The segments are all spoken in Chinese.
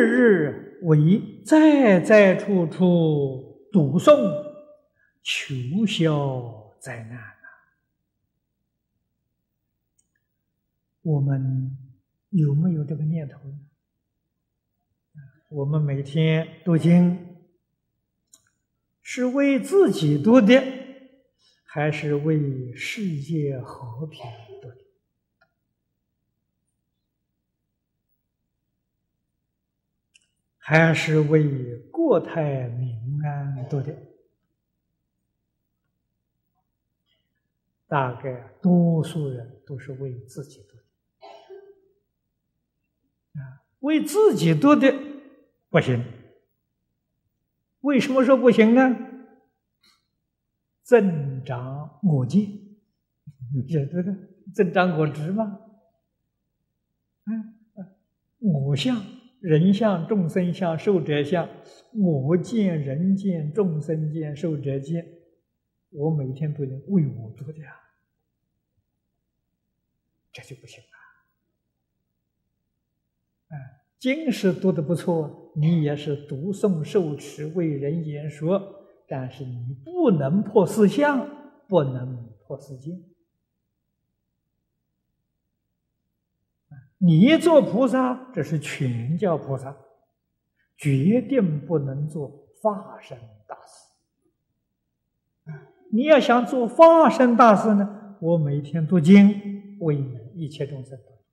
日为在在处处读诵，求消灾难我们有没有这个念头呢？我们每天读经，是为自己读的，还是为世界和平读的？还是为国泰民安读的？大概多数人都是为自己读的。为自己读的不行。为什么说不行呢？增长我见，对不对？增长我执吗？我相、人相、众生相、寿者相，我见、人见、众生见、寿者见，我每天都能为我读的呀，这就不行了。经是读得不错，你也是读诵受持为人言说，但是你不能破四相，不能破四境。你做菩萨，这是全教菩萨，决定不能做化身大事。你要想做化身大事呢，我每天读经，为一切众生读。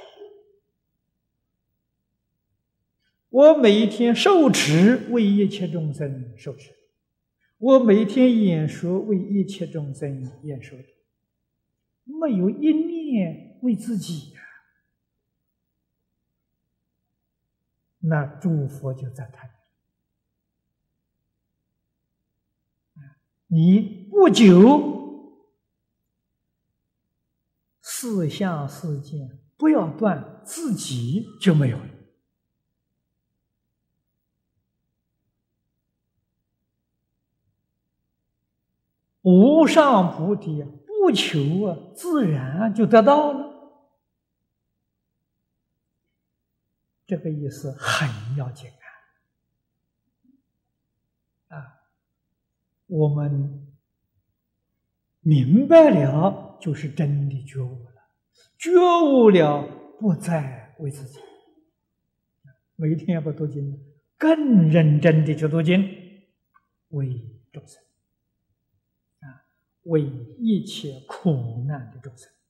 我每天受持，为一切众生受持；我每天演说，为一切众生演说。没有一念为自己呀，那诸佛就赞叹你不久四相四见，不要断，自己就没有了。无上菩提不求自然就得到了。这个意思很要紧我们明白了，就是真的觉悟了。觉悟了，不再为自己。每天要不读经，更认真的去读经，为众生。为一切苦难的众生，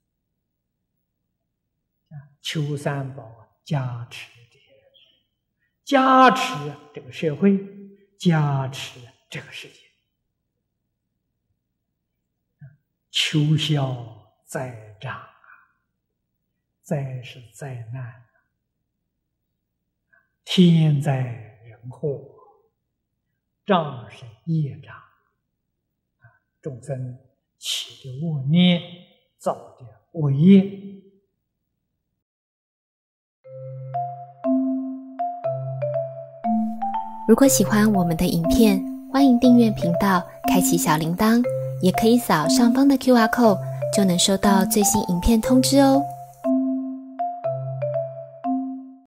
求三宝加持这些人，加持这个社会，加持这个世界，求消灾障灾是灾难，天灾人祸，障是业障。众生起的恶念，造的恶业。 如果喜欢我们的影片，欢迎订阅频道，开启小铃铛，也可以扫上方的 QR code，就能收到最新影片通知哦。